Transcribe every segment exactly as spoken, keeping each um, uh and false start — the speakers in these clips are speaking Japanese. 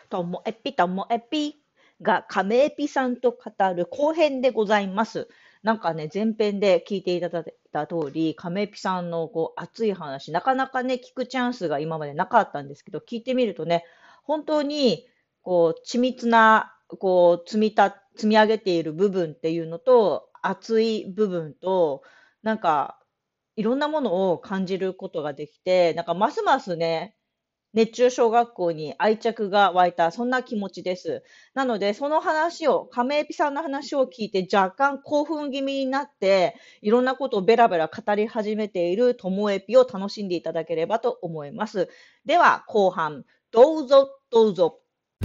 ともえぴともえぴが亀エピさんと語る後編でございます。なんかね、前編で聞いていただいた通り、亀エピさんのこう熱い話、なかなかね、聞くチャンスが今までなかったんですけど、聞いてみるとね、本当にこう緻密なこう積みた積み上げている部分っていうのと、熱い部分と、なんかいろんなものを感じることができて、なんかますますね、熱中小学校に愛着が湧いた、そんな気持ちです。なので、その話を、亀エピさんの話を聞いて若干興奮気味になって、いろんなことをベラベラ語り始めているともエピを楽しんでいただければと思います。では、後半、どうぞどうぞ。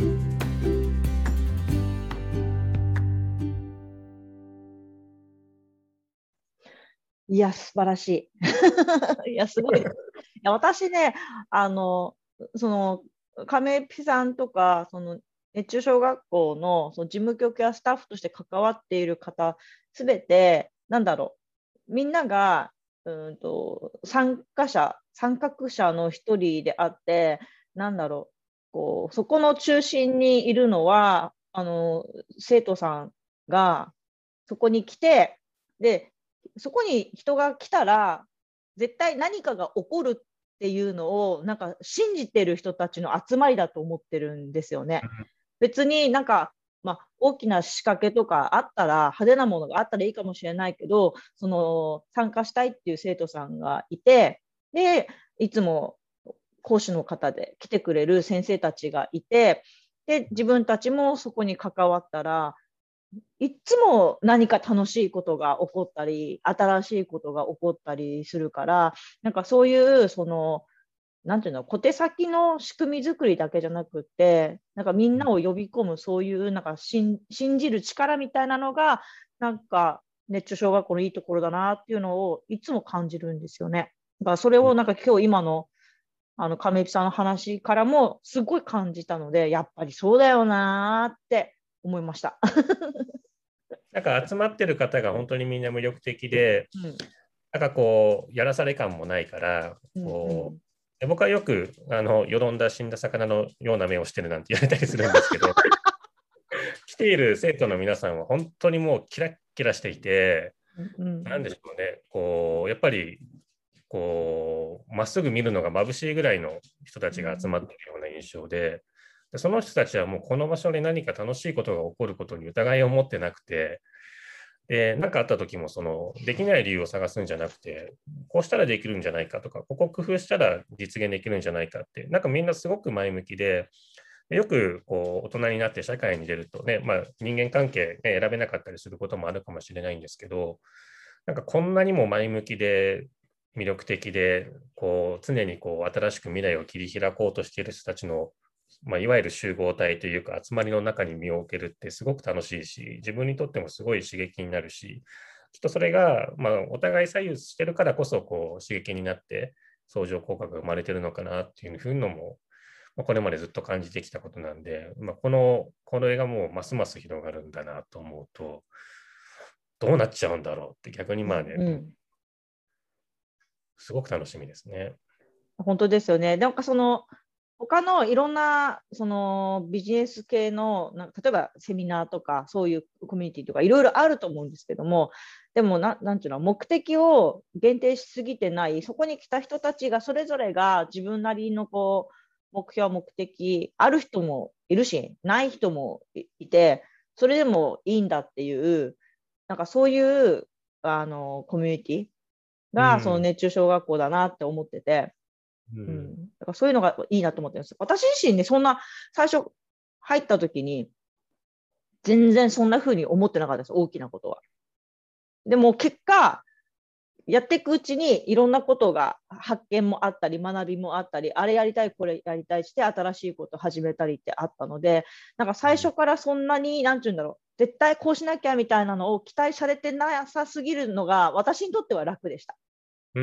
いや、素晴らしい。いや、すごいです。いや、私ね、あの、その、亀井さんとか、その、熱中小学校の、その事務局やスタッフとして関わっている方、すべて、なんだろう、みんなが、うんと、参加者、参画者の一人であって、なんだろう、こう、そこの中心にいるのは、あの、生徒さんが、そこに来て、で、そこに人が来たら、絶対何かが起こるっていうのを、なんか信じてる人たちの集まりだと思ってるんですよね。別になんか、まあ、大きな仕掛けとかあったら、派手なものがあったらいいかもしれないけど、その参加したいっていう生徒さんがいて、で、いつも講師の方で来てくれる先生たちがいて、で、自分たちもそこに関わったら、いつも何か楽しいことが起こったり、新しいことが起こったりするから、なんかそういう、その、なんていうの、小手先の仕組み作りだけじゃなくて、なんかみんなを呼び込む、そういう、なんか信信じる力みたいなのが、なんか、熱中小学校のいいところだなっていうのをいつも感じるんですよね。だからそれをなんか今日今の、あの、亀井さんの話からもすごい感じたので、やっぱりそうだよなって思いました。 なんか集まってる方が本当にみんな魅力的で、 うん、 なんかこう、やらされ感もないから、 うん、うこん。 う、で僕はよく、あの、よどんだ死んだ魚のような目をしてるなんて言われたりするんですけど、来ている生徒の皆さんは本当にもうキラッキラしていて、 うん、 なんでしょうね、こう、やっぱり、こう、まっすぐ見るのが眩しいぐらいの人たちが集まっているような印象で、でその人たちはもうこの場所で何か楽しいことが起こることに疑いを持ってなくて、で、何かあった時もその、できない理由を探すんじゃなくて、こうしたらできるんじゃないかとか、ここ工夫したら実現できるんじゃないかって、なんかみんなすごく前向きで、よくこう大人になって社会に出るとね、まあ、人間関係、ね、選べなかったりすることもあるかもしれないんですけど、なんかこんなにも前向きで魅力的で、こう常にこう新しく未来を切り開こうとしている人たちの、まあ、いわゆる集合体というか集まりの中に身を置けるってすごく楽しいし、自分にとってもすごい刺激になるし、きっとそれが、まあ、お互い左右してるからこそこう刺激になって相乗効果が生まれてるのかなっていうふうのも、まあこれまでずっと感じてきたことなんで、まあ、この、これがもうますます広がるんだなと思うと、どうなっちゃうんだろうって逆にうん、 まあね、 うん。 すごく楽しみですね。 本当ですよね。なんかその、他のいろんなそのビジネス系の、なんか例えばセミナーとか、そういうコミュニティとか、いろいろあると思うんですけども、でもな、なんていうの、目的を限定しすぎてない、そこに来た人たちがそれぞれが自分なりのこう目標、目的、ある人もいるし、ない人もいて、それでもいいんだっていう、なんかそういうあのコミュニティがそのうん。 熱中小学校だなって思ってて、うん、 うん。 だからそういうのがいいなと思ってるんです。私自身ね、そんな最初入った時に全然そんな風に思ってなかったです、大きなことは。でも結果、やっていくうちにいろんなことが発見もあったり、学びもあったり、あれやりたい、これやりたいして新しいこと始めたりってあったので、なんか最初からそんなに、なんて言うんだろう、絶対こうしなきゃみたいなのを期待されてなさすぎるのが私にとっては楽でした。 うん。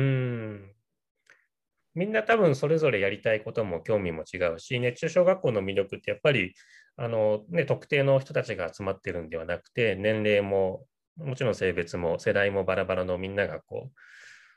みんな多分それぞれやりたいことも興味も違うし、熱中小学校の魅力ってやっぱりあの、ね、特定の人たちが集まってるんではなくて、年齢ももちろん性別も世代もバラバラのみんながこう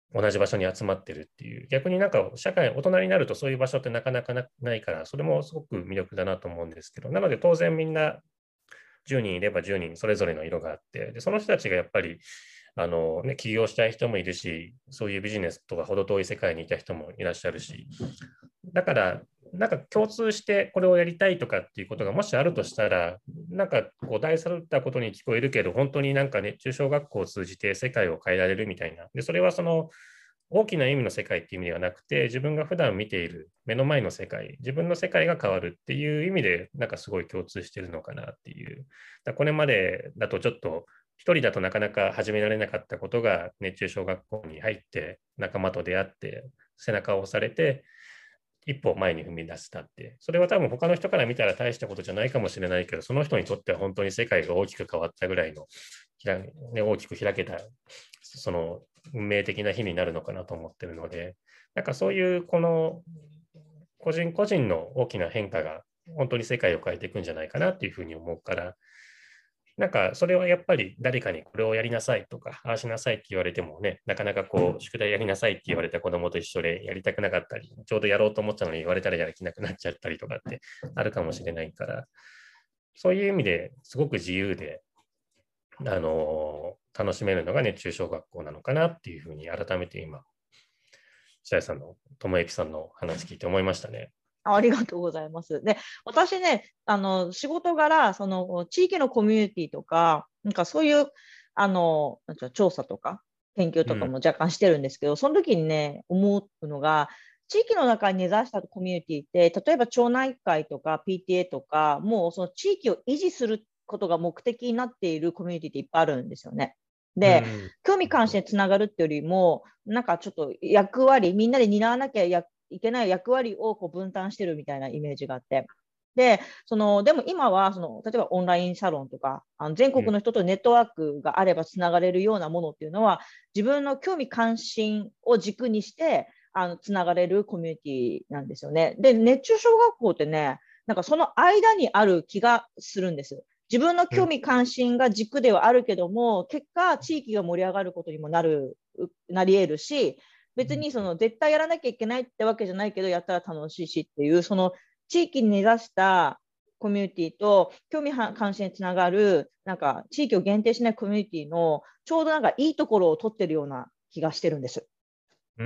同じ場所に集まってるっていう、逆になんか社会、大人になるとそういう場所ってなかなかなないから、それもすごく魅力だなと思うんですけど、なので当然みんなじゅうにんいればじゅうにんそれぞれの色があって、でその人たちがやっぱりあの、ね、起業したい人もいるし、そういうビジネスとか程遠い世界にいた人もいらっしゃるし、だから、なんか共通してこれをやりたいとかっていうことがもしあるとしたら、なんかこう大それたことに聞こえるけど、本当になんか熱中小学校を通じて世界を変えられるみたいな。で、それはその大きな意味の世界っていう意味ではなくて、自分が普段見ている目の前の世界、自分の世界が変わるっていう意味で、なんかすごい共通してるのかなっていう。だこれまでだとちょっと一人だとなかなか始められなかったことが熱中小学校に入って仲間と出会って背中を押されて一歩前に踏み出したって、それは多分他の人から見たら大したことじゃないかもしれないけど、その人にとっては本当に世界が大きく変わったぐらいの、ね、大きく開けたその運命的な日になるのかなと思ってるので、なんかそういうこの個人個人の大きな変化が本当に世界を変えていくんじゃないかなっていうふうに思うから、なんかそれはやっぱり誰かにこれをやりなさいとか、ああしなさいって言われてもね、なかなかこう、宿題やりなさいって言われた子供と一緒でやりたくなかったり、ちょうどやろうと思ったのに言われたらやる気なくなっちゃったりとかってあるかもしれないから、そういう意味ですごく自由で、あのー、楽しめるのが熱中小学校なのかなっていうふうに改めて今、白井さんの、ともえきさんの話聞いて思いましたね。 ありがとうございます。で、私ね、あの、仕事柄、その、地域のコミュニティとか、なんかそういう、あの、なんか調査とか、研究とかも若干してるんですけど、うん、その時にね、思うのが、地域の中に根ざしたコミュニティって、例えば町内会とか ピーティーエー とか、もうその地域を維持することが目的になっているコミュニティっていっぱいあるんですよね。で、うん、興味関心につながるっていうよりも、なんかちょっと役割、みんなで担わなきゃやいけない役割をこう分担してるみたいなイメージがあって。で、そのでも今はその例えばオンラインサロンとかあの全国の人とネットワークがあればつながれるようなものっていうのは、自分の興味関心を軸にしてあのつながれるコミュニティなんですよね。で、熱中小学校ってね、なんかその間にある気がするんです。自分の興味関心が軸ではあるけども、結果地域が盛り上がることにもなるなり得るし、別にその絶対やらなきゃいけないってわけじゃないけど、やったら楽しいしっていう、その地域に根ざしたコミュニティと興味関心につながる、なんか地域を限定しないコミュニティのちょうどなんかいいところを取ってるような気がしてるんです。 うん、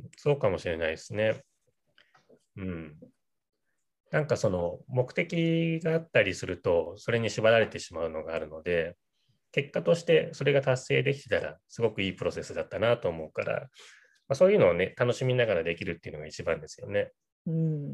そうかもしれないですね。うん。なんかその目的があったりすると、それに縛られてしまうのがあるので、結果としてそれが達成できたら、すごくいいプロセスだったなと思うから、まあ、そういうのをね、楽しみながらできるっていうのが一番ですよね。 うん、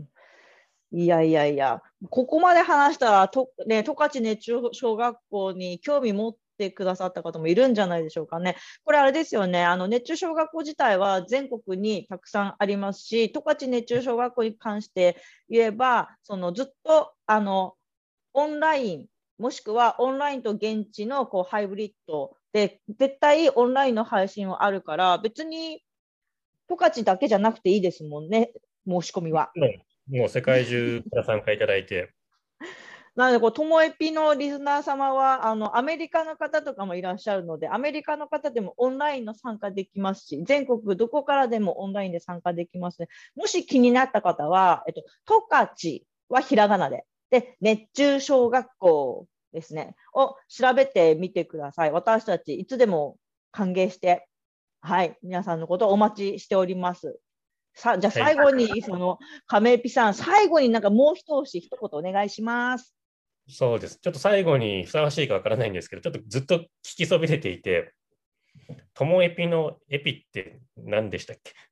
いやいやいや、ここまで話したら、とね、十勝熱中小学校に興味持ってくださった方もいるんじゃないでしょうかね。これあれですよね、あの熱中小学校自体は全国にたくさんありますし、十勝熱中小学校に関して言えば、そのずっとあのオンライン、もしくはオンラインと現地のこうハイブリッドで、絶対オンラインの配信はあるから、別に十勝だけじゃなくていいですもんね、申し込みは。 もう世界中から参加いただいて。 なのでこう、ともえぴのリスナー様はあのアメリカの方とかもいらっしゃるので、アメリカの方でもオンラインの参加できますし、全国どこからでもオンラインで参加できますね。もし気になった方は、えっと、十勝はひらがなで、で、熱中小学校ですね、を調べてみてください。私たちいつでも歓迎して、はい、皆さんのことをお待ちしております。さじゃあ最後に、はい、その亀ピさん、最後になんかもう一押し一言お願いします。 そうです。ちょっと最後にふさわしいかわからないんですけど、ちょっとずっと聞きそびれていて、ともエピのエピって何でしたっけ？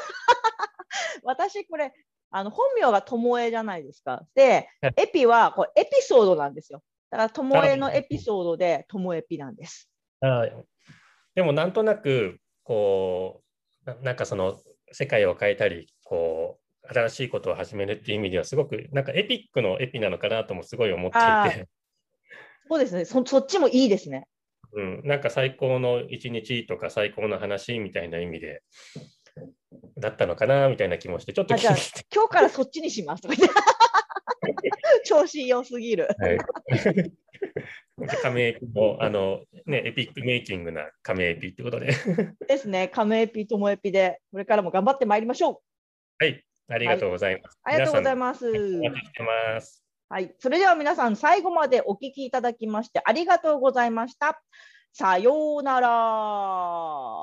私これあの本名がともえじゃないですか。で、エピはこれエピソードなんですよ。だからともえのエピソードでともエピなんです。 あでもなんとなくこう な, なんかその世界を変えたりこう新しいことを始めるっていう意味ではすごくなんかエピックのエピなのかなともすごい思っていて。 そうですね。そ, そっちもいいですね。 うん、なんか最高の一日とか最高の話みたいな意味でだったのかなみたいな気もしてちょっとじゃあ今日からそっちにしますとか言って調子良すぎる。 はい亀のあのね、エピックメイキングな亀エピってことで。 ですね、亀エピ、ともエピで、これからも頑張ってまいりましょう。 はい、ありがとうございます。 はい、ありがとうございます。 お待ちしてます。 はい、それでは皆さん、最後までお聞きいただきましてありがとうございました。さようなら。